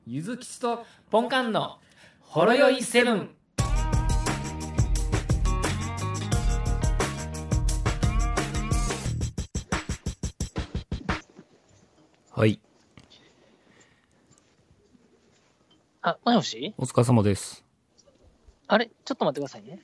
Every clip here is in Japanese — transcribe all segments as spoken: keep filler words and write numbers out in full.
ゆずきちとポンカンのほろよいセブン。 はい。 あ、もしもし？ お疲れ様です。 あれちょっと待ってくださいね。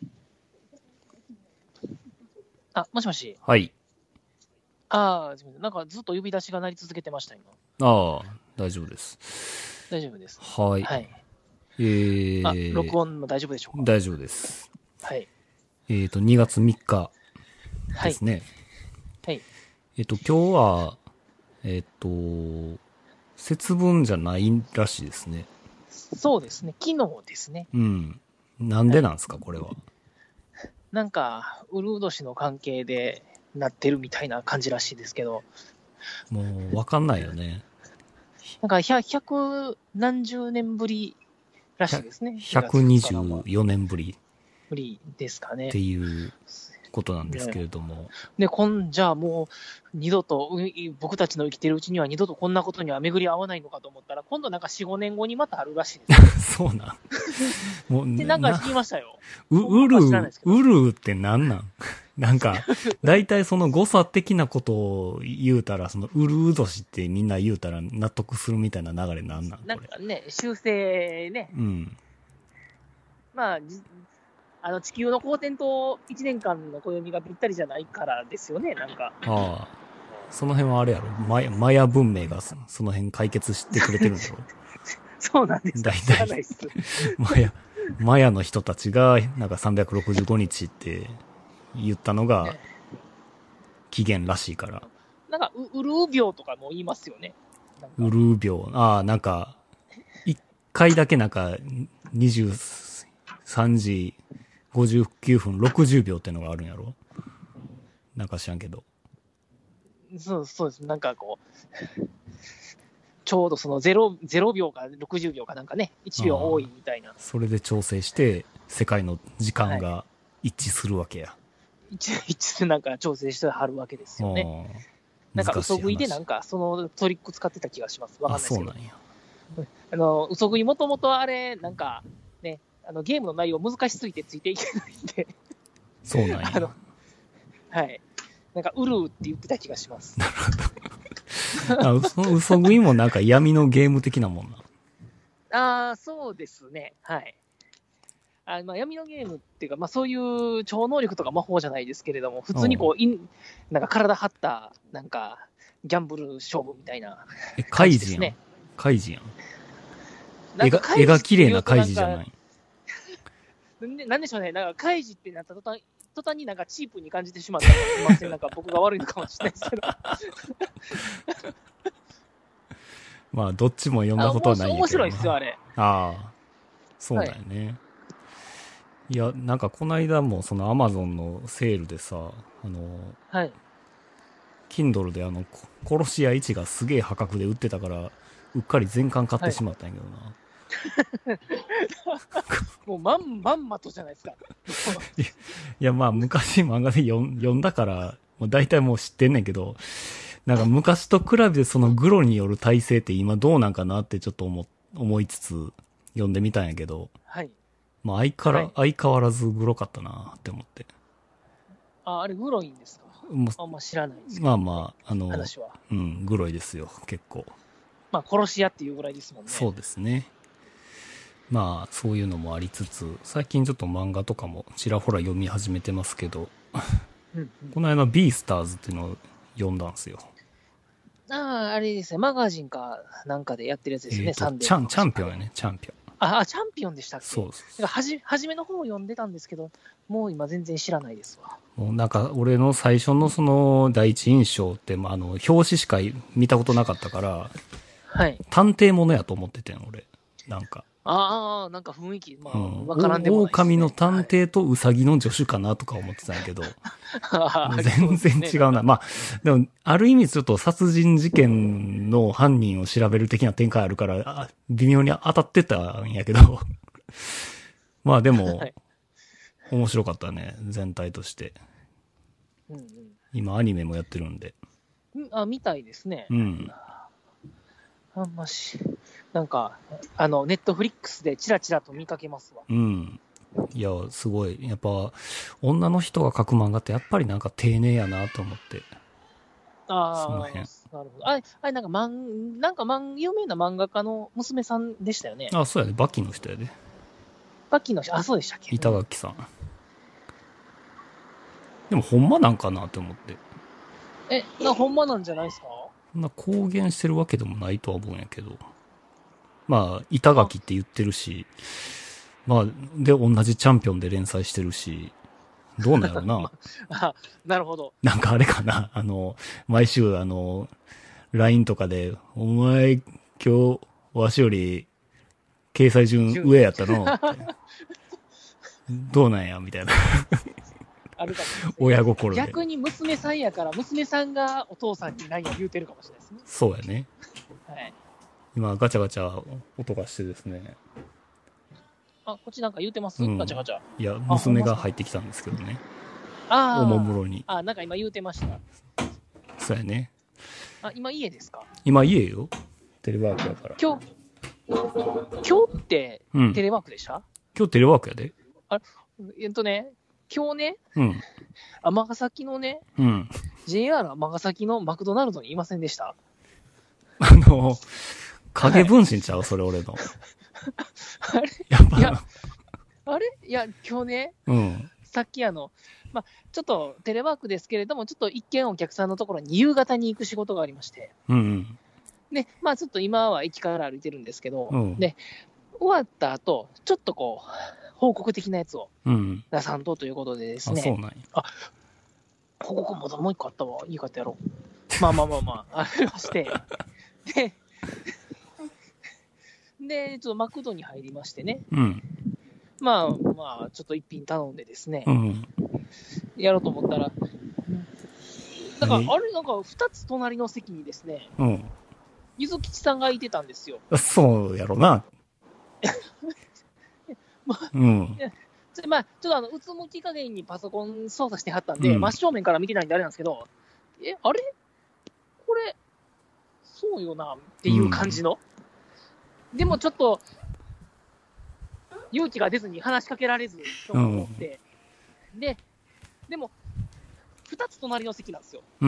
あ、もしもし。 はい。 ああ、なんかずっと呼び出しが鳴り続けてました、今。 ああ、大丈夫です。 大丈夫です。 はい。 はい。 えー、 あ、録音も大丈夫でしょうか？ 大丈夫です。 はい。 えーと、にがつみっかですね。 はい。はい、 えーと、今日は、えっ、ー、と、節分じゃないらしいですね。 そうですね。昨日ですね。 うん。なんでなんですか、はい、これは。 なんか、うるう年の関係でなってるみたいな感じらしいですけど。 もう、わかんないよね。 なんか百、百何十年ぶりらしいですね。 ひゃくにじゅうよねんぶり。 ぶりですかね。 っていうことなんですけれども。 で、こん、じゃあもう、二度と、僕たちの生きてるうちには二度とこんなことには巡り合わないのかと思ったら、今度なんかよん、ごねんごにまたあるらしいです。 そうなん。もうってなんか言いましたよ。 う、うるう、うるうってなんなんなんか、大体その誤差的なことを言うたら、そのうるう年ってみんな言うたら納得するみたいな流れなんなんこれ。 なんかね、修正ね。 うん。 まあ、あの地球の公転といちねんかんの暦がぴったりじゃないからですよね、なんか。 ああ。その辺はあれやろ。マヤ、マヤ文明がその辺解決してくれてるんだろう。 そうなんです。 大体。マヤ、マヤの人たちが、なんかさんびゃくろくじゅうごにちって言ったのが、起源らしいから。 なんか、う、うるう病とかも言いますよね。 うるう病。ああ、なんか、一回だけなんか、にじゅうさんじごじゅうきゅうふんろくじゅうびょうってのがあるんやろ？なんか知らんけど。 そう、そうです。なんかこう、ちょうどそのゼロ、ゼロびょうかろくじゅうびょうかなんかね、いちびょう多いみたいな。 それで調整して、世界の時間が一致するわけや。はい、 一致、一致なんか調整してはるわけですよね。なんか嘘食いでなんかそのトリック使ってた気がします。わかんないですけど。あ、そうなんや。あの、嘘食いもともとあれ、なんかね、あのゲームの内容難しすぎてついていけないんで。 そうなんや。あの、 はい。なんか、うるうって言ってた気がします。 なるほど。あ、嘘、嘘食いもなんか闇のゲーム的なもんな。ああ、そうですね。はい。あ、まあ、闇のゲームっていうか、まあ、そういう超能力とか魔法じゃないですけれども、普通にこう、いんなんか体張った、なんか、ギャンブル勝負みたいな感じですね。 カイジやん。絵が、絵が綺麗なカイジじゃない。 なんでしょうね。なんか、カイジってなった途端、途端になんかチープに感じてしまったらすみません。なんか僕が悪いのかもしれないですけど。 まあ、どっちも読んだことはないんやけど。 面白いですよ、あれ。 ああ。そうだよね。はい、いや、なんかこの間もそのアマゾンのセールでさ、あの、 はい。 Kindle であの、殺し屋いちがすげえ破格で売ってたから、うっかり全巻買ってしまったんやけどな。はいもうまん、まんまとじゃないですか。 いや、まあ、昔漫画で読ん、読んだから、もう大体もう知ってんねんけど、なんか昔と比べてそのグロによる体制って今どうなんかなってちょっと思、思いつつ読んでみたんやけど、 はい。 まあ相から、はい、相変わらずグロかったなって思って。 あ、あれグロいんですか？もあんま知らないですけど。 まあまあ、あの、 話は。 うん、グロいですよ、結構。 まあ殺し屋っていうぐらいですもんね。 そうですね。まあ、そういうのもありつつ、最近ちょっと漫画とかもちらほら読み始めてますけど、うんうん、この間ビースターズっていうのを読んだんですよ。 ああ、あれですね、マガジンかなんかでやってるやつですね、 えー、サンデーチャン、チャンピオンやね、チャンピオン。 ああ、チャンピオンでしたっけ？ そうそうそう。はじ、はじめの方を読んでたんですけど、もう今全然知らないですわ。 もうなんか、俺の最初のその第一印象って、まあ、あの、表紙しか見たことなかったから、 はい。 探偵ものやと思っててん、俺。なんか。 ああ、なんか雰囲気、まあ、うん、わからんでもないですね。 狼の探偵とウサギの助手かなとか思ってたんやけど、はい、全然違うな。まあ、でも、ある意味ちょっと殺人事件の犯人を調べる的な展開あるから、あ微妙に当たってたんやけど、まあでも、はい、面白かったね、全体として。うんうん、今アニメもやってるんで。 あ、みたいですね。 うん。 あんまし、なんか、あの、ネットフリックスでチラチラと見かけますわ。 うん。いや、すごい。やっぱ、女の人が描く漫画ってやっぱりなんか丁寧やなと思って。 ああ、 その辺。 なるほど。あれ、あれなんか、まん、なんか、まん、有名な漫画家の娘さんでしたよね。 あ、そうやね。バキの人やで。 バッキーの人、あ、そうでしたっけ。 板垣さん。でもほんまなんかなって思って。 え、な、ほんまなんじゃないですか？ そんな公言してるわけでもないとは思うんやけど。まあ、板垣って言ってるし、まあ、で、同じチャンピオンで連載してるし、どうなんやろな。 あ、なるほど。 なんかあれかな。あの、毎週あの、ライン とかで、お前、今日、わしより、掲載順上やったのどうなんやみたいな。 あるかもしれない。 親心で。 逆に娘さんやから、娘さんがお父さんに何や言うてるかもしれないですね。 そうやね。 はい。 今、ガチャガチャ音がしてですね。 あ、こっちなんか言うてます、 うん、 ガチャガチャ。 いや、娘が入ってきたんですけどね。 ああ。 おもむろに。 あ、なんか今言うてました。 そうやね。 あ、今家ですか？ 今家よ。テレワークやから。 今日、今日ってテレワークでした？ うん、今日テレワークやで。 あれ、えっとね、今日ね、 うん。 尼崎のね、 うん。 ジェイアール 尼崎のマクドナルドにいませんでした？ あの、影分身ちゃう、はい、それ俺の。 あれやっぱ。 いや、あれいや、今日ね、 うん。 さっきあの、まあ、ちょっとテレワークですけれども、ちょっと一見お客さんのところに夕方に行く仕事がありまして。 うんうん。 で、まあちょっと今は駅から歩いてるんですけど、 うん、 で、終わった後、ちょっとこう、報告的なやつを出さんとということでですね。 うん、あ、そうなんや。 あ、報告ももう一個あったわ。いいかってやろう。まあまあまあまあ、ありまして。で、で、ちょっとマクドに入りましてね。 うん。 まあまあ、ちょっと一品頼んでですね。 うん。 やろうと思ったら、なんか、あれ、なんか、二つ隣の席にですね、 うん。 ゆずきちさんがいてたんですよ。 そうやろな。 まあ、 うん。 まあ、ちょっとあの、うつむき加減にパソコン操作してはったんで、うん、真正面から見てないんであれなんですけど、え、あれこれ、そうよな、っていう感じの。うん、でもちょっと、勇気が出ずに話しかけられず、と思って、うん、で、でも、二つ隣の席なんですよ。 うん。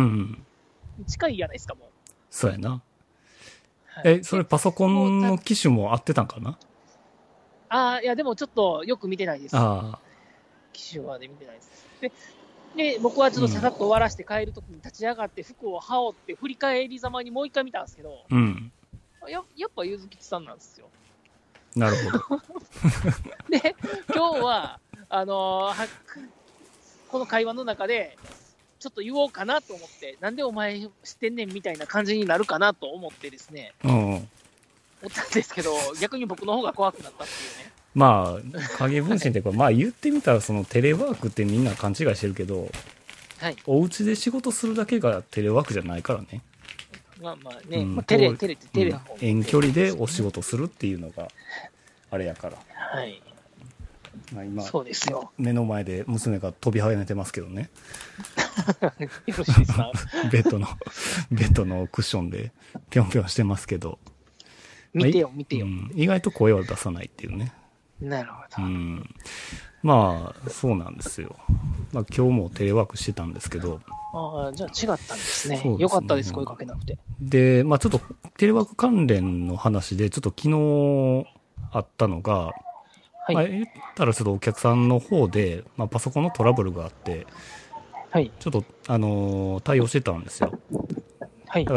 近いじゃないですか、もう。 そうやな。はい、え、それパソコンの機種も合ってたんかな？ ああ、いや、でもちょっとよく見てないです。 ああ。 機種まで見てないです。で、で僕はちょっとささっと終わらせて帰るときに立ち上がって服を羽織って振り返りざまにもう一回見たんですけど、 うん。 や, やっぱゆずきちさんなんですよ。 なるほど。 で、今日は、あのー、この会話の中で、ちょっと言おうかなと思って、なんでお前知ってんねんみたいな感じになるかなと思ってですね、 うん、 思ったんですけど、逆に僕の方が怖くなったっていうね。 まあ、影分身っていうか、まあ言ってみたら、そのテレワークってみんな勘違いしてるけど、 はい、 お家で仕事するだけがテレワークじゃないからね。 まあまあね、 うん、 まあ、テレ、テレってテレの方、 うん、遠距離でお仕事するっていうのが、あれやから。 はい。 まあ今、 そうですよ。 目の前で娘が飛び跳ねてますけどね。 よろしいですか？ ベッドの、ベッドのクッションでぴょんぴょんしてますけど。 見てよ、見てよ、 うん。意外と声は出さないっていうね。 なるほど。 うん。まあ、そうなんですよ。まあ今日もテレワークしてたんですけど。 ああ、じゃあ違ったんですね。よかったです、声かけなくて。 で、まあちょっとテレワーク関連の話で、ちょっと昨日あったのが、はい、まあ、言ったらちょっとお客さんの方で、まあ、パソコンのトラブルがあって、 はい、 ちょっと、あのー、対応してたんですよ。 はい、 だから、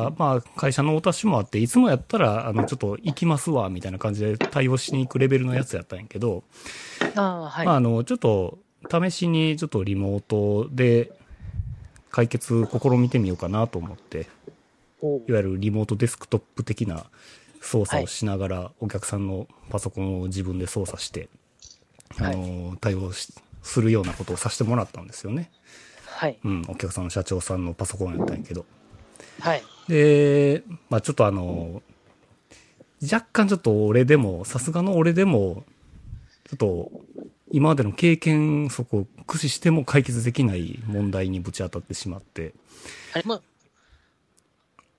まあ、会社のお達しもあって、いつもやったら、あの、ちょっと行きますわ、みたいな感じで対応しに行くレベルのやつやったんやけど、 あ、はい、 まあ、あの、ちょっと、試しにちょっとリモートで解決試みてみようかなと思って、いわゆるリモートデスクトップ的な操作をしながら、お客さんのパソコンを自分で操作して、はい、あの、対応しするようなことをさせてもらったんですよね。 はい。 うん、お客さんの社長さんのパソコンやったんやけど。 はい。 で、まあちょっとあの、若干ちょっと俺でも、さすがの俺でも、ちょっと、今までの経験そこを駆使しても解決できない問題にぶち当たってしまって。 あれも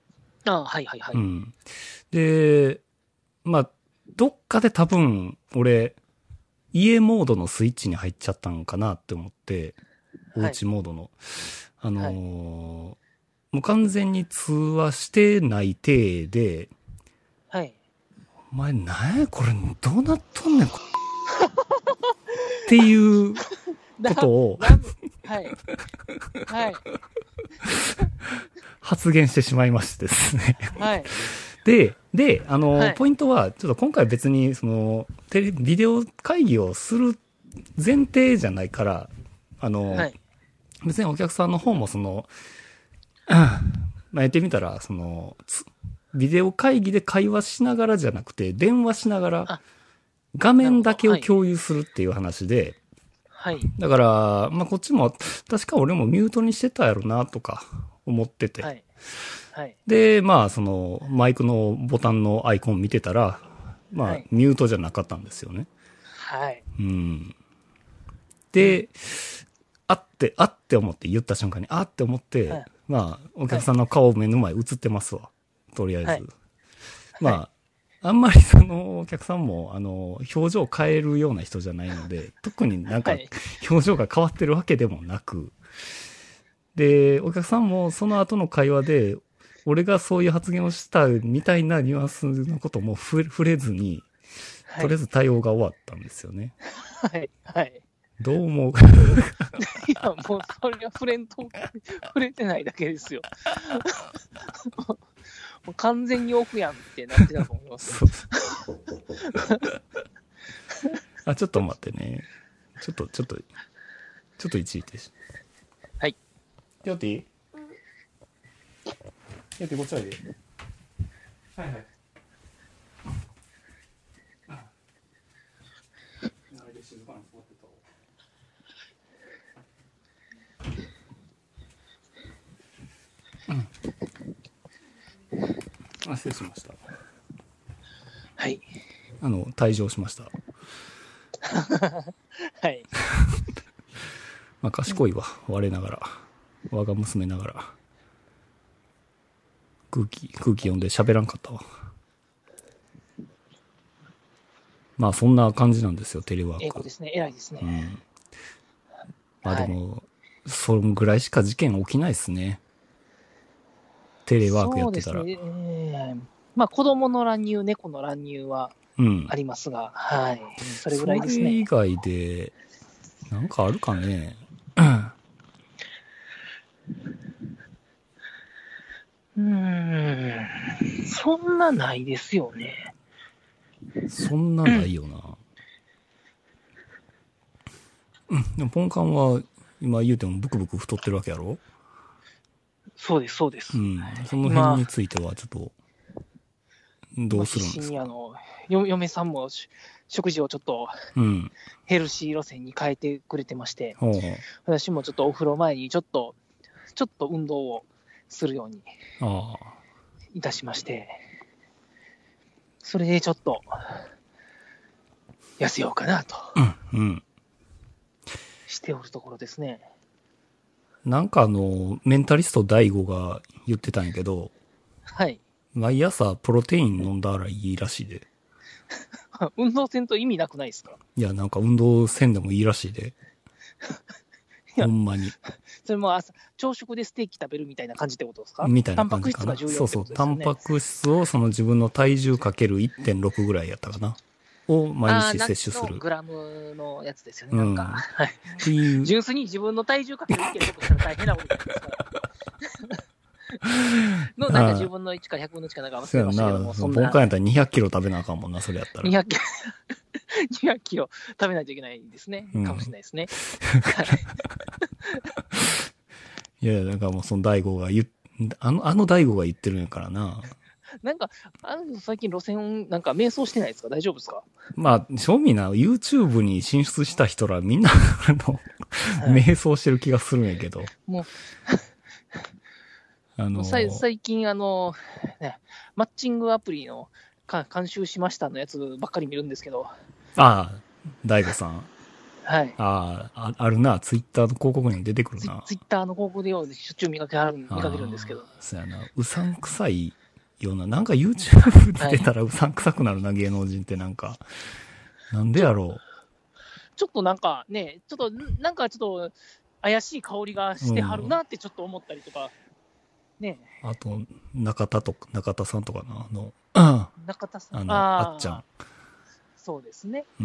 ああ、はいはいはい。 うん。で、まあ、どっかで多分、俺、家モードのスイッチに入っちゃったんかなって思って、おうちモードの。はい、あのーはい、もう完全に通話してない体で、 はい。 お前なんやこれどうなっとんねんっていうことをはい。はい。 発言してしまいましてですね。 はい。 で、で、あの、 はい、 ポイントは、ちょっと今回別に、その、テレビデオ会議をする前提じゃないから、あの、はい、別にお客さんの方もその、まあ、やってみたら、その、ビデオ会議で会話しながらじゃなくて、電話しながら、画面だけを共有するっていう話で、 はい。 だから、まあ、こっちも、確か俺もミュートにしてたやろな、とか思ってて。はい。はい。で、まあ、その、マイクのボタンのアイコン見てたら、まあ、はい、ミュートじゃなかったんですよね。 はい。 うん。で、うん、あって、あって思って言った瞬間に、あって思って、はい、まあ、お客さんの顔目の前映ってますわ。とりあえず。はい、まあ、はい、あんまりそのお客さんも、あの、表情を変えるような人じゃないので、特になんか、表情が変わってるわけでもなく、で、お客さんもその後の会話で、俺がそういう発言をしたみたいなニュアンスのことも触れずに、とりあえず対応が終わったんですよね。 はい、はい。 どう思ういや、もうそれは触れんと、触れてないだけですよ。もう完全にオフやんってなってたと思います。そうそうあ、ちょっと待ってね。ちょっと、ちょっと、ちょっと一時停止。 はい。 やっていい？やってこっちおいで。はいはい。あれで静かに座ってた。うん。あ、失礼しました。 はい。 あの、退場しました。 はい。 まあ、賢いわ。我ながら。我が娘ながら。空気、空気読んで喋らんかったわ。まあ、そんな感じなんですよ、テレワーク。 英語ですね。偉いですね。 うん。まあでも、はい、そんぐらいしか事件起きないですね。テレワークやってたら。そうですね。 えー、まあ、子供の乱入、猫の乱入はありますが、うん、はい。それぐらいですね。 それ以外で、なんかあるかね。 うーん、そんなないですよね。 そんなないよな。うん、でもポンカンは今言うてもブクブク太ってるわけやろ？ そうです、そうです。 うん。その辺についてはちょっと、どうするんですか？ 必死にあの、嫁さんも食事をちょっと、ヘルシー路線に変えてくれてまして、うん、私もちょっとお風呂前にちょっと、ちょっと運動をするようにいたしまして、それでちょっと痩せようかなと、 うんうん、 しておるところですね。 なんかあのメンタリスト大悟が言ってたんやけど、 はい。 毎朝プロテイン飲んだらいいらしいで。 運動せんと意味なくないですか？ いや、なんか運動せんでもいいらしいで。ほんまに。 それも朝、朝食でステーキ食べるみたいな感じってことですか？ みたいな感じかな。 タンパク質が重要ってことですよね。 そうそう。タンパク質をその自分の体重かける いってんろく ぐらいやったかな。を毎日摂取する。 グラムのやつですよね。なんか。はい。っていう。純粋に自分の体重かける いってんろく したら大変なことですから。の、なんかじゅうぶんのいちかひゃくぶんのいちかなんか忘れましたけども、 そんな。今回やったらにひゃくキロ食べなあかんもんな、それやったら。 にひゃくキロ、にひゃくキロ食べないといけないですね。うん、かもしれないですね。 いや、なんかもうその大悟が言っ、あの、あの大悟が言ってるんやからな。 なんか、あの最近路線、なんか迷走してないですか？大丈夫ですか？ まあ、正味な、YouTube に進出した人らみんな、あの、はい、迷走してる気がするんやけど。 もう、あのー、最近、あの、ね、マッチングアプリのか監修しましたのやつばっかり見るんですけど。 ああ、大悟さん。 はい。 ああ、あるな。ツイッターの広告にも出てくるな。 ツイッターの広告でしょっちゅう見かける、見かけるんですけど。 そうやな。うさんくさいような、なんか YouTube で出たらうさんくさくなるな、はい、芸能人ってなんか。なんでやろう。 ちょっとなんかね、ちょっと、なんかちょっと怪しい香りがしてはるなってちょっと思ったりとか。うん、ね。 あと、中田と、中田さんとかな、あの、 中田さん。 あの、あ, あっちゃん。 そうですね。 うん。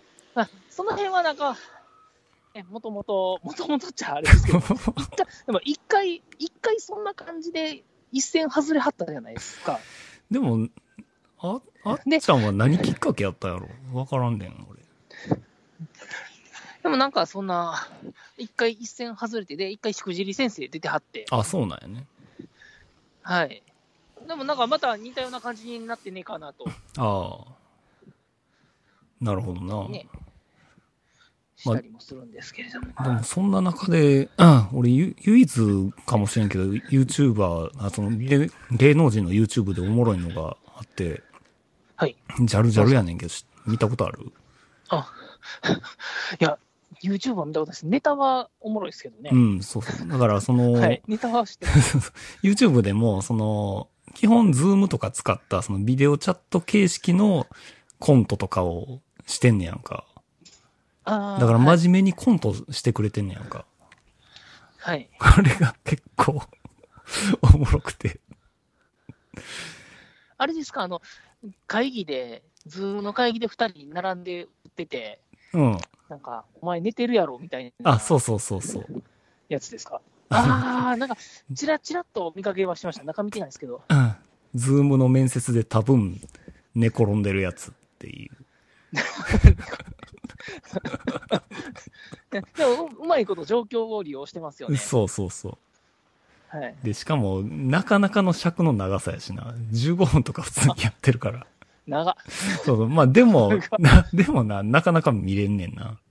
あ、その辺はなんか、え、もともと、もともとっちゃあれですけど、一回、でも一回、一回そんな感じで一線外れはったじゃないですか。 でも、あ、あっちゃんは何きっかけやったやろわからんねん、俺。 でもなんかそんな、一回一線外れてで、一回しくじり先生出てはって。 あ、そうなんやね。 はい。でもなんかまた似たような感じになってねえかなと。 ああ。なるほどな。ね。 したりもするんですけれども。 まあ、でもそんな中で、うん、俺ゆ唯一かもしれんけど、YouTuber、あその芸芸能人の YouTube でおもろいのがあって、 はい。 ジャルジャルやねんけど、見たことある？ あ、いや、YouTube は見たことないです。ネタはおもろいですけどね。 うん、そうそう。だからその、 はい、ネタは知ってる。 YouTube でも、その、基本 Zoom とか使ったそのビデオチャット形式のコントとかをしてんねやんか。 あだから真面目にコントしてくれてんねやんか。 はい。 これが結構おもろくて。 あれですか、あの、会議で、ズームの会議で二人並んで売ってて、 うん。 なんか、お前寝てるやろみたいな。 あ、そうそうそうそう。 やつですか。ああ、なんか、ちらちらっと見かけはしました。中見てないですけど。 うん。ズームの面接で多分寝転んでるやつっていう。 でもうまいこと状況を利用してますよね。 そうそうそう。 はい。 で、しかも、なかなかの尺の長さやしな。じゅうごふんとか普通にやってるから。 長。 そうそう。まあでも、な、でもな、なかなか見れんねんな。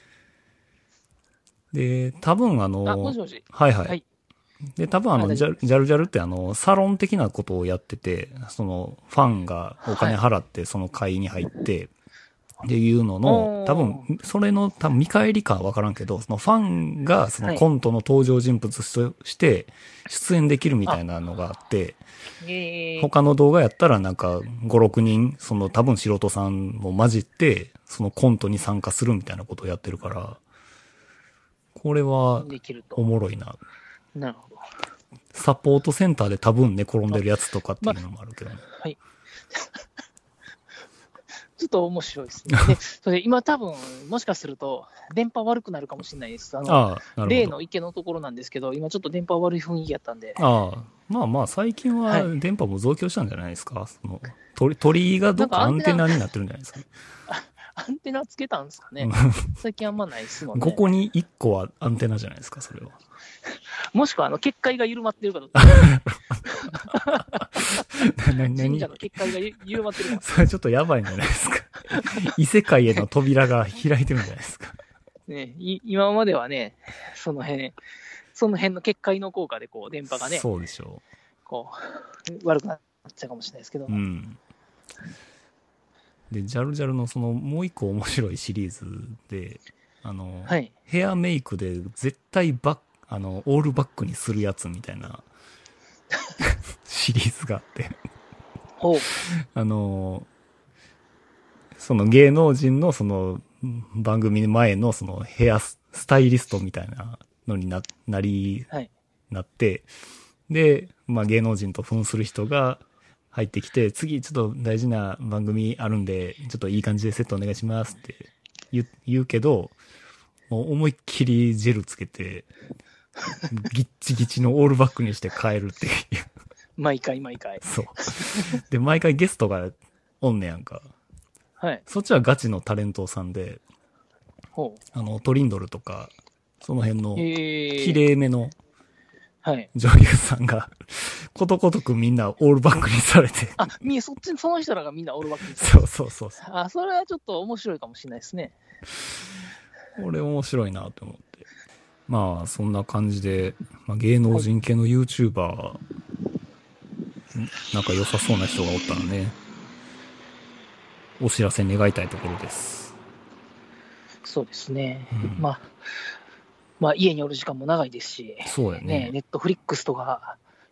で、多分あの、 あ、もしもし。 はいはい。 はい、 で、多分あの、ジャルジャルジャルってあの、サロン的なことをやってて、その、ファンがお金払ってその会に入って、っていうのの、多分、それの多分見返りかはわからんけど、そのファンがそのコントの登場人物として出演できるみたいなのがあって、他の動画やったらなんかご、ろくにん、その多分素人さんも混じって、そのコントに参加するみたいなことをやってるから、これはおもろいな。 なるほど。 サポートセンターで多分寝転んでるやつとかっていうのもあるけどね。ま、 はい。ちょっと面白いですね。で、それ今多分、もしかすると、電波悪くなるかもしれないです。あの、ああ例の池のところなんですけど、今ちょっと電波悪い雰囲気やったんで。 ああ。まあまあ、最近は電波も増強したんじゃないですか。はい、その鳥、鳥がどっかアンテナになってるんじゃないですか。 アンテナつけたんですかね。最近あんまないですもんね。 ごこにいっこはアンテナじゃないですか、それは。 もしくは、あの、結界が緩まってるかどうか。神社の結界が緩まってるか。 それちょっとやばいんじゃないですか。異世界への扉が開いてるんじゃないですか。 ね、い今まではね、その辺、その辺の結界の効果で、こう、電波がね、 そうでしょう。 こう、悪くなっちゃうかもしれないですけど。 うん。で、ジャルジャルのその、もう一個面白いシリーズで、あの、はい、ヘアメイクで絶対バック、あの、オールバックにするやつみたいなシリーズがあってほう。 あの、その芸能人のその番組前のそのヘアスタイリストみたいなのにな、なり、はい、なって、で、まあ芸能人と扮する人が入ってきて、次ちょっと大事な番組あるんで、ちょっといい感じでセットお願いしますって言う、言うけど、もう思いっきりジェルつけて、ギッチギチのオールバックにして帰るっていう。 毎回毎回。 そう。で、毎回ゲストがおんねやんか。 はい。 そっちはガチのタレントさんで、 ほう。 あの、トリンドルとか、その辺の、綺麗めの、 はい。 女優さんが、ことごとくみんなオールバックにされて。 あ、み、そっち、その人らがみんなオールバックにされて。そうそうそう。 あ、それはちょっと面白いかもしれないですね。 これ面白いなと思って。まあ、そんな感じで、まあ、芸能人系の YouTuber、はい、なんか良さそうな人がおったらね、お知らせ願いたいところです。 そうですね。うん、まあ、まあ、家におる時間も長いですし、 そうやね。 ネットフリックスとか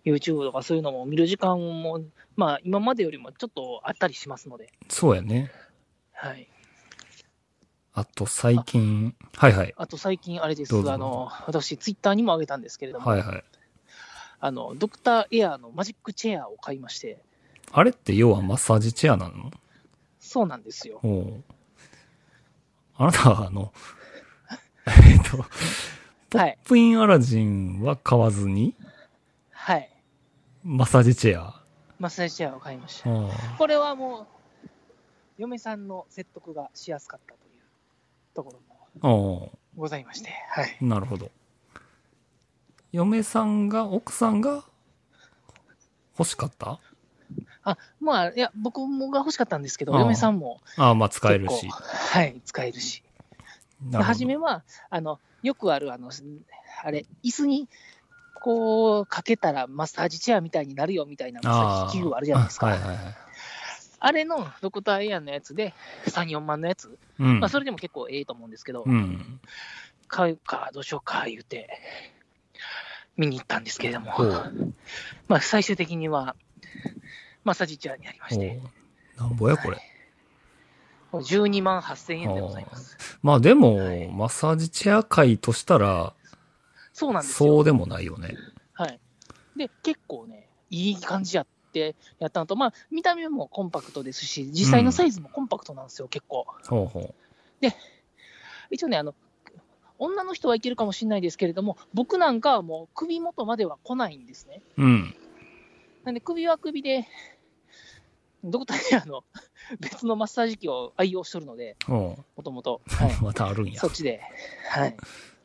YouTube とかそういうのも見る時間も、まあ、今までよりもちょっとあったりしますので。 そうやね。 はい。 あと最近、はいはい。 あと最近、あれですどうぞどうぞあの、私、ツイッターにも上げたんですけれども、 はいはい。 あの、ドクターエアのマジックチェアを買いまして、 あれって要はマッサージチェアなの？ そうなんですよ。 おう。あなたはあの、えっと、ポップインアラジンは買わずに、 はい。 マッサージチェア。 マッサージチェアを買いました。 おうこれはもう、嫁さんの説得がしやすかったというところもおうございまして、はい。 なるほど。嫁さんが、奥さんが欲しかった？ あ、まあ、いや、僕もが欲しかったんですけど、 ああ嫁さんもああ、まあ使えるし結構。はい、使えるし。 なるほど。 初めは、あの、よくある、あの、あれ、椅子に、こう、かけたらマッサージチェアみたいになるよみたいなマッサージ器具あるじゃないですか。あ,、 はいはいはい。 あれのドクターエアのやつで、さん、よんまんのやつ。 うん。 まあ、それでも結構ええと思うんですけど、 うん。 買うか、どうしようか、言うて、見に行ったんですけれどもほう、 まあ、最終的には、マッサージチェアにありまして、 おなんぼやこれ。 はい、じゅうにまんはっせんえんでございます。 まあでも、 はい、 マッサージチェア界としたら、 そうなんですよ。 そうでもないよね。 はい。で、結構ね、いい感じやってやったのと、まあ、見た目もコンパクトですし、実際のサイズもコンパクトなんですよ、うん、結構。 ほうほう。 で、一応ね、あの、女の人はいけるかもしれないですけれども、僕なんかはもう首元までは来ないんですね。 うん。 なんで、首は首で、ドクターエアの別のマッサージ機を愛用しとるので、もともと。 またあるんや。 そっちで。はい。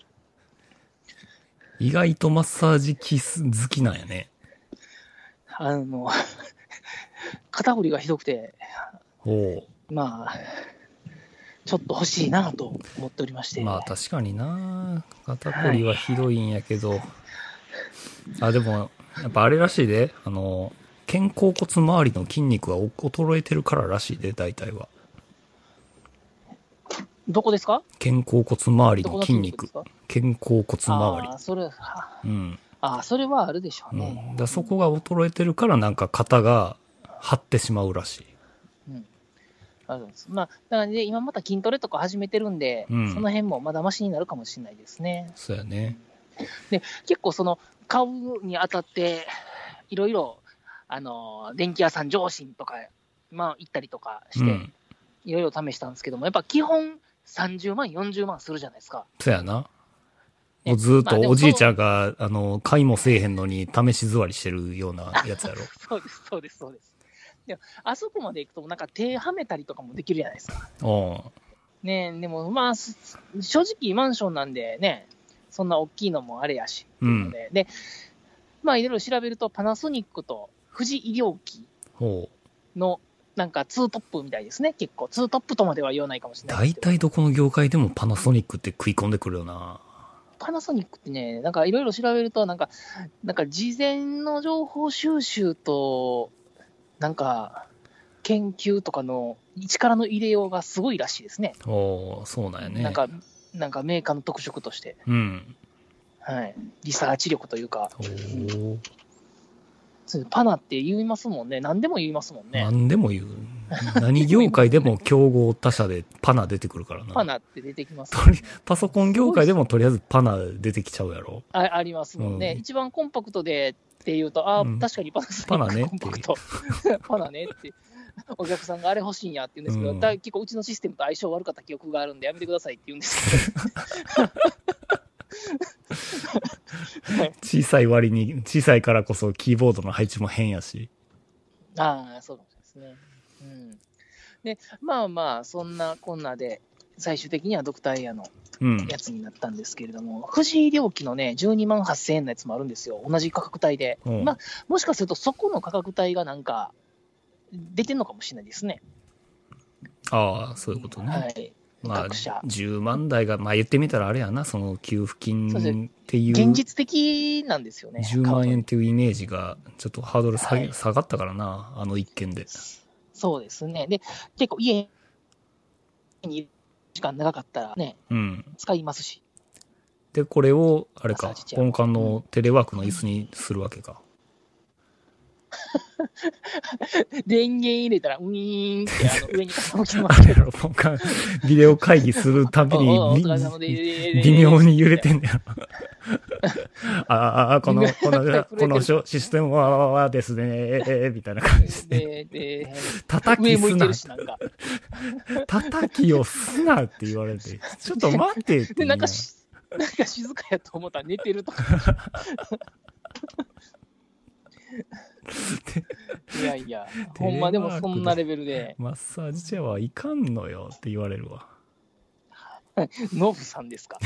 意外とマッサージ機好きなんやね。 あの、肩こりがひどくて、 ほうまあ、ちょっと欲しいなと思っておりまして。 まあ確かにな。肩こりはひどいんやけど。はい、あ、でも、やっぱあれらしいで。あの、肩甲骨周りの筋肉が衰えてるかららしいで、大体は。 どこですか？ 肩甲骨周りの筋肉。肩甲骨周り。 ああ、それ、 うん。 ああ、それはあるでしょうね。 うん、だそこが衰えてるからなんか肩が張ってしまうらしい。 うん。あるんです。まあ、だからね、今また筋トレとか始めてるんで、うん、その辺もまだマシになるかもしれないですね。 そうやね。 で、結構その、買うにあたって、いろいろ、あの、電気屋さん上新とか、まあ、行ったりとかして、いろいろ試したんですけども、やっぱ基本さんじゅうまん、よんじゅうまんするじゃないですか。 そうやな。もうずっとおじいちゃんが、まあ、あの、買いもせえへんのに試し座りしてるようなやつやろ。 そうです、そうです、そうです。でも、あそこまで行くと、なんか手はめたりとかもできるじゃないですか。ねえ、でも、まあ、正直マンションなんでね、そんな大きいのもあれやし、っていうので、うん、で、まあ、いろいろ調べると、パナソニックと富士医療機の、なんかツートップみたいですね、結構。ツートップとまでは言わないかもしれないですけど。 大体どこの業界でもパナソニックって食い込んでくるよな。 パナソニックってね、なんかいろいろ調べると、なんか、なんか事前の情報収集と、なんか、研究とかの力の入れようがすごいらしいですね。 おー、そうなんやね。 なんか、なんかメーカーの特色として。 うん。 はい。リサーチ力というか。 おー。 パナって言いますもんね。何でも言いますもんね。 何でも言う。何業界でも競合他社でパナ出てくるからな。 パナって出てきます、ね、 パソコン業界でもとりあえずパナ出てきちゃうやろ。 あ, ありますもんね、うん。一番コンパクトでって言うと、ああ、うん、確かにパナソニックパナねコンパクト。パナねって。お客さんがあれ欲しいんやって言うんですけど、うん、結構うちのシステムと相性悪かった記憶があるんでやめてくださいって言うんですけど。 小さい割に、小さいからこそキーボードの配置も変やし。 ああ、そうですね。うん。で、まあまあ、そんなこんなで、最終的にはドクターエアのやつになったんですけれども、うん、富士医療機のね、じゅうにまんはっせんえんのやつもあるんですよ。同じ価格帯で。うん、まあ、もしかするとそこの価格帯がなんか、出てんのかもしれないですね。 ああ、そういうことね。 はい。 まあ、じゅうまん台が、まあ言ってみたらあれやな、その給付金っていう。 現実的なんですよね。 じゅうまんえんっていうイメージが、ちょっとハードル下げ、はい、下がったからな、あの一件で。 そうですね。で、結構家にいる時間長かったらね、うん、使いますし。 で、これを、あれか、本館のテレワークの椅子にするわけか。 電源入れたら、ウィーンってあの上に傾きますけど。 ポカン、ビデオ会議するたびに、 おお疲れ様でーす微妙に揺れてんねやろ。ああ、この、この、このシステムはですね、みたいな感じで。 で、で、 叩きすな上向いてる。し、なんか。 叩きをすなって言われて、ちょっと待ってってで、 言いながら。 なんかし、なんか静かやと思ったら寝てるとか。いやいや、ほんまでもそんなレベルで。 マッサージチェアはいかんのよって言われるわ。 ノブさんですか。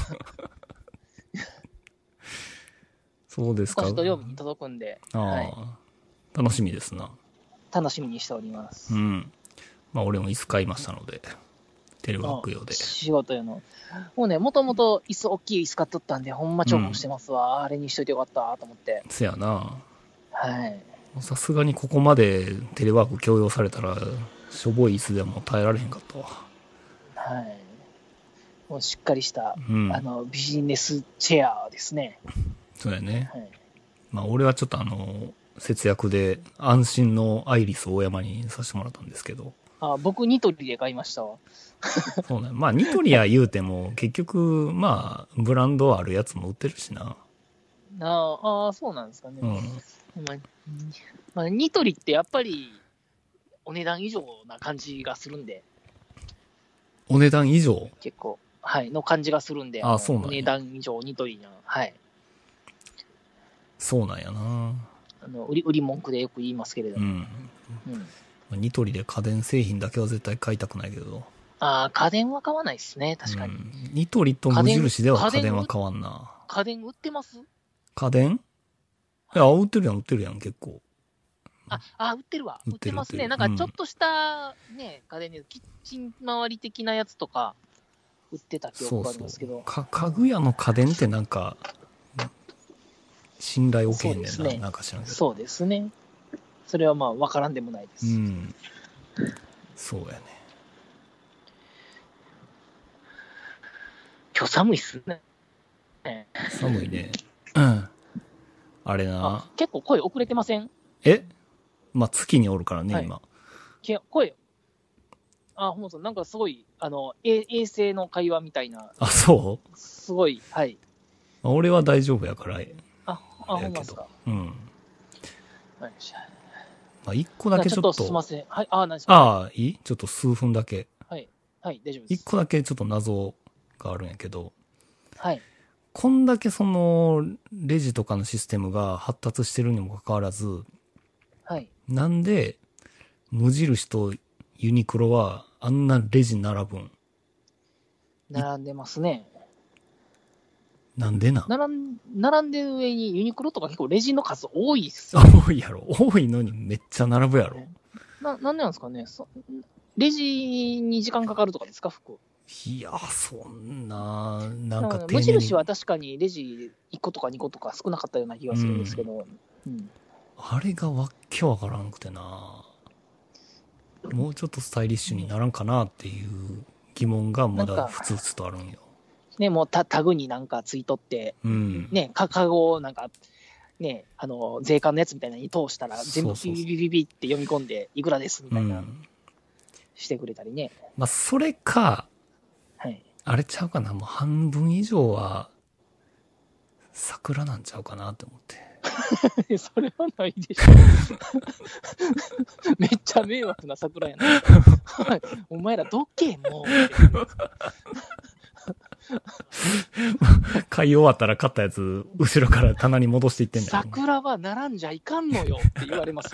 そうですか。 今週土曜日に届くんで、 ああ、 はい、 楽しみですな。 楽しみにしております。 うん。まあ俺も椅子買いましたので、テレワーク用で。 仕事用の。もうね、もともと椅子、大きい椅子買っとったんで、ほんま重宝してますわ、うん。あれにしといてよかったと思って。 せやな。 はい。 さすがにここまでテレワーク強要されたら、しょぼい椅子でも耐えられへんかったわ。 はい。もうしっかりした、 うん、 あの、ビジネスチェアですね。 そうやね。 はい、 まあ俺はちょっとあの、節約で安心のアイリスを大山にさせてもらったんですけど。 あ、僕ニトリで買いましたわ。 そうね。まあニトリや言うても結局、まあブランドあるやつも売ってるしな。 ああ、そうなんですかね。 うん。 まあ、まあ、ニトリってやっぱりお値段以上な感じがするんで。 お値段以上結構、はい、の感じがするんで。 ああ、そうなんや。 お値段以上、ニトリの、はい。 そうなんやな。 あの売り、売り文句でよく言いますけれども。 うん。 うん、 ニトリで家電製品だけは絶対買いたくないけど。 ああ、家電は買わないですね、確かに。うん、 ニトリと無印では家電は買わんな。 家電売ってます？ 家電？いや、売ってるやん、売ってるやん、結構。 あ、あ、売ってるわ。売ってますね。なんかちょっとしたね、家電で、キッチン周り的なやつとか、売ってた記憶がありますけど。 そうそう。か、家具屋の家電ってなんか、信頼を受けへんねんな、ね、なんか知らんけど。 そうですね。それはまあ、わからんでもないです。 うん。そうやね。 今日寒いっすね。 寒いね。うん。あれな。 結構声遅れてません？ え？まあ、月におるからね、はい、今。 声。あ、ほんと、なんかすごい、あの、衛星の会話みたいな。 あ、そう？ すごい、はい。 俺は大丈夫やから。 あ、あ、ほんまですか。 うん。 はい。 まあ、一個だけちょっと。 ちょっとすいません。はい、あ、何ですか。 ああ、いい？ちょっと数分だけ。 はい。はい、大丈夫です。 一個だけちょっと謎があるんやけど。 はい。 こんだけその、レジとかのシステムが発達してるにもかかわらず、 はい。 なんで、無印とユニクロはあんなレジ並ぶん？ 並んでますね。 なんでな並ん、並んでる上にユニクロとか結構レジの数多いっすよ。 多いやろ。多いのにめっちゃ並ぶやろ。 な、なんでなんですかね。そレジに時間かかるとかですか、服。 いや、そんな、なんか無印は確かにレジいっことかにことか少なかったような気がするんですけど。うんうん、 あれがわっけわからんくてな。もうちょっとスタイリッシュにならんかなっていう疑問がまだふつふつとあるんよ。 ね、もうタタグになんかついとって、 うん、 ね、かカゴをなんか、ね、あの、税関のやつみたいなのに通したら、全部ビビビビビって読み込んで、いくらですみたいな、うん、してくれたりね。 まあ、それか、 はい。あれちゃうかな、もう半分以上は、桜なんちゃうかなって思って。 それはないでしょ。めっちゃ迷惑な桜やな。お前らどっけもう。 買い終わったら買ったやつ、後ろから棚に戻していってんだよ、ね。 桜は並んじゃいかんのよって言われます。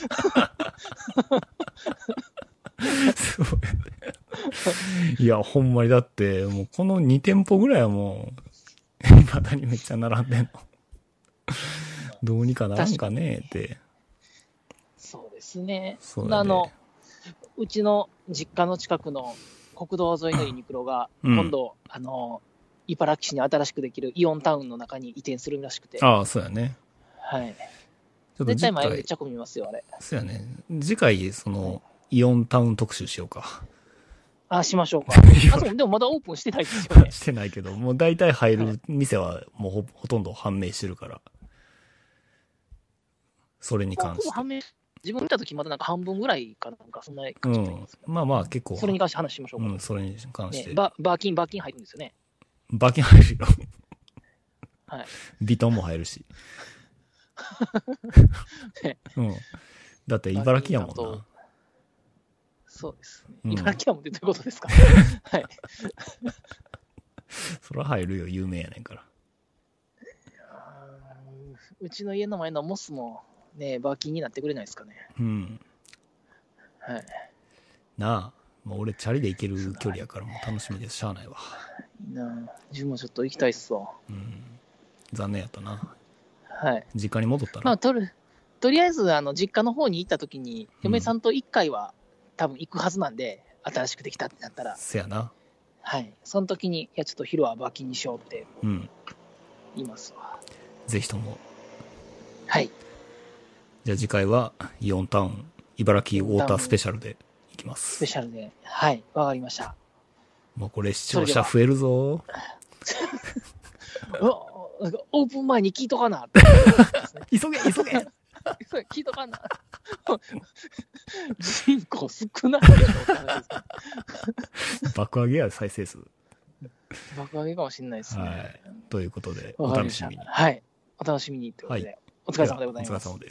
そうやね。いや、ほんまにだって、もうこのに店舗ぐらいはもう、未だにめっちゃ並んでんの。どうにかならんかねって。 そうですね。 そうだね。 あの、うちの実家の近くの国道沿いのユニクロが、うん、今度、あの、茨城市に新しくできるイオンタウンの中に移転するらしくて。 ああ、そうやね。 はい。絶対前めっちゃ混みますよ、あれ。 そうやね。次回、その、イオンタウン特集しようか。 あ、しましょうか。あ、そう、でもまだオープンしてないですよね。 してないけど、もう大体入る店はもう ほ, ほとんど判明してるから。 それに関して。 ほぼ判明、自分見たときまだなんか半分ぐらいかなんか、そんな感じ、うん、まあまあ結構。 それに関して話しましょうか。 うん、それに関して。 ね、ババーキン、バーキン入るんですよね。 バーキン入るよ。 はい。 ビトンも入るし。 ね、 うん。だって茨城やもんな。 そうですね。茨城やもんってどういうことですか。はい。 そら入るよ、有名やねんから。 うちの家の前のモスもね、バーキンになってくれないですかね。 うん。 はい。 なあ、もう俺チャリで行ける距離やからもう楽しみです。しゃあないわ。 いいなあ、自分もちょっと行きたいっすわ。 うん。残念やったな。 はい。 実家に戻ったら。 まあ、とる、とりあえず、あの、実家の方に行った時に、嫁さんと一回は、多分行くはずなんで、新しくできたってなったら。 せやな。 はい。その時に、いや、ちょっと昼はバーキンにしようって、 うん。 言いますわ。 ぜひとも。 はい。 じゃあ次回は、イオンタウン、茨城ウォータースペシャルでいきます。 スペシャルで。はい。わかりました。 もうこれ視聴者増えるぞ。 オープン前に聞いとかなって、 ね。急げ、急げ。 聞いとかな。人口少ないでしょ。 爆上げや再生数。 爆上げかもしれないですね。はい。 ということで、お楽しみに。 はい。お楽しみにということで、はい、お疲れ様でございます。 お疲れ様です。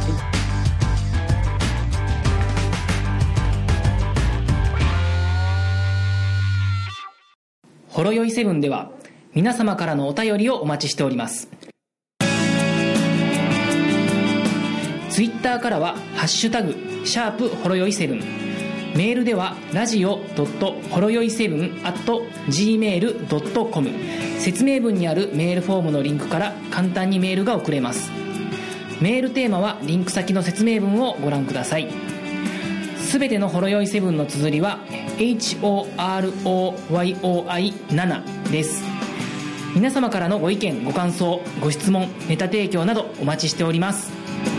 ほろよいセブンでは皆様からのお便りをお待ちしております。ツイッターからはハッシュタグシャープほろよいセブン、メールではラジオドットほろよいセブンアットジーメールドットコム、説明文にあるメールフォームのリンクから簡単にメールが送れます。メールテーマはリンク先の説明文をご覧ください。すべてのほろよいセブンの綴りは エイチオーアールオーワイオーアイセブン です。皆様からのご意見ご感想ご質問ネタ提供などお待ちしております。